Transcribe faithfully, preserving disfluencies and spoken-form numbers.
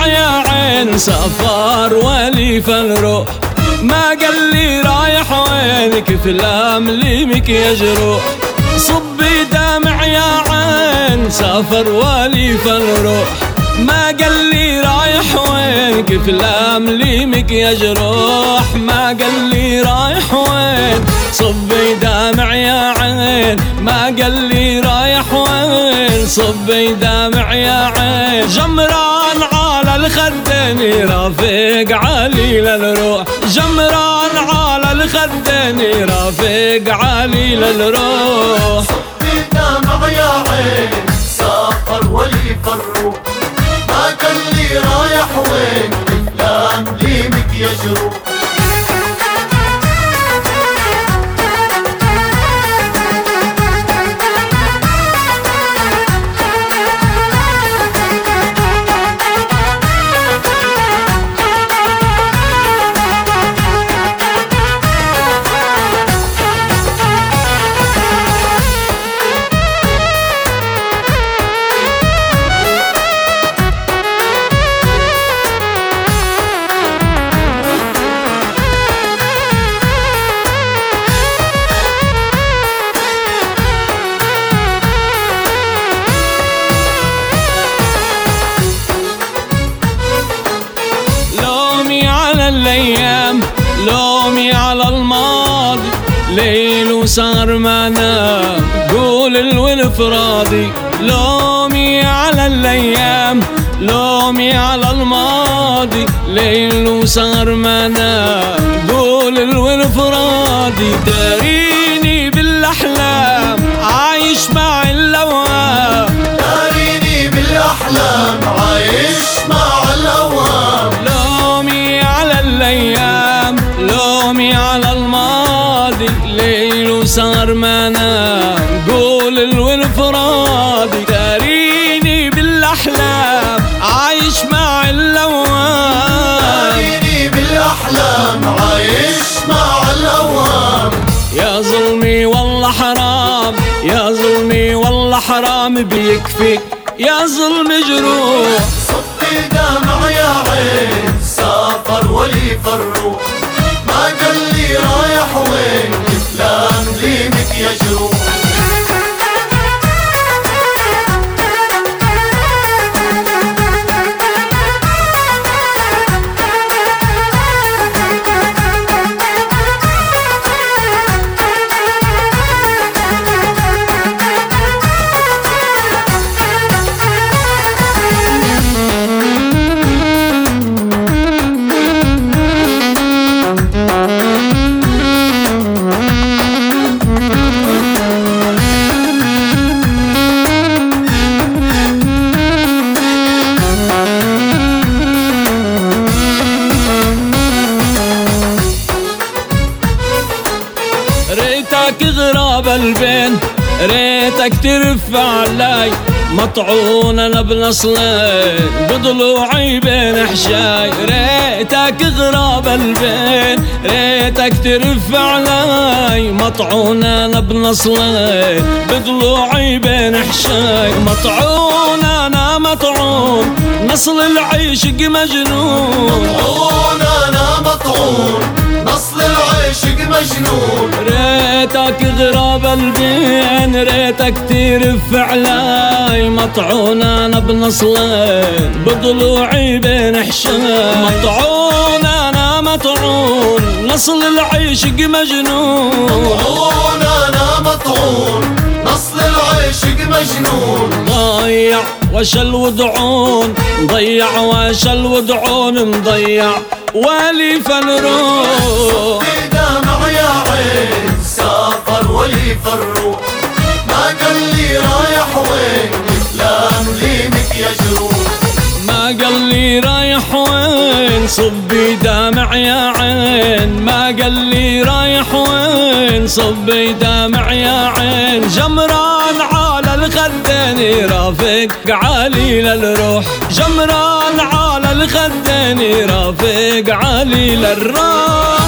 دمع يا عين سافر ولي فنروح، ما قال لي رايح وينك تلام لي مكياج روح. صبي دمع يا عين سافر ولي فنروح، ما قال لي رايح وين تلام لي مكياج روح. ما قال لي رايح وين صبي دمع يا عين، ما قال لي رايح وين صبي دمع يا عين. جمران على الخدين رافق علي للروح، جمران على الخدين رافق علي للروح. صبي دمع يا عين سافر ولي فروح، ما قال لي رايح وين تلام لي مكياج روح. الأيام لومي على الماضي، ليل وسهر ما نام قول الولف راضي. لومي على الأيام لومي على الماضي، ليل وسهر ما نام قول الولف راضي. داريني بالأحلام عايش مع اللوام، داريني بالأحلام عايش مع الأوهام. الأيام لومي على الماضي، ليل وسهر ما نام قول الولف راضي. داريني بالأحلام عايش مع اللوام، داريني بالأحلام عايش مع الأوهام. يا ظلمي والله حرام، يا ظلمي والله حرام بيكفي يا ظلم جروح. صبي دمع يا عين سافر ولي فروح، ما قال لي رايح وين تلام لي مكياج روح. ريتك غراب البين ريتك ترفع علي، مطعون انا بنصلين بضلوعي بين حشاي. ريتك غراب البين ريتك ترفع علي، مطعون انا بنصلين بضلوعي بين حشاي. مطعون انا مطعون نصل العيشق مجنون، مطعون انا مطعون نصل العيشق مجنون. ريتك غراب البين ريتك ترفع علي، مطعون انا بنصلين بضلوعي بين حشاي. مطعون انا مطعون نصل العيشق مجنون، مطعون انا مطعون نصل العيشق مجنون. ضيع وش الودعون ضيع وش الودعون مضيع ولي فنروح. صبي دمع يا عين سافر ولي فروح، ما قال لي رايح وين تلام لي مكياج روح. ما قال لي رايح وين صبي دمع يا عين، ما قال لي رايح وين صبي دمع يا عين. جمران على الخدين رافق علي للروح، جمران على الخدين رافق علي للروح.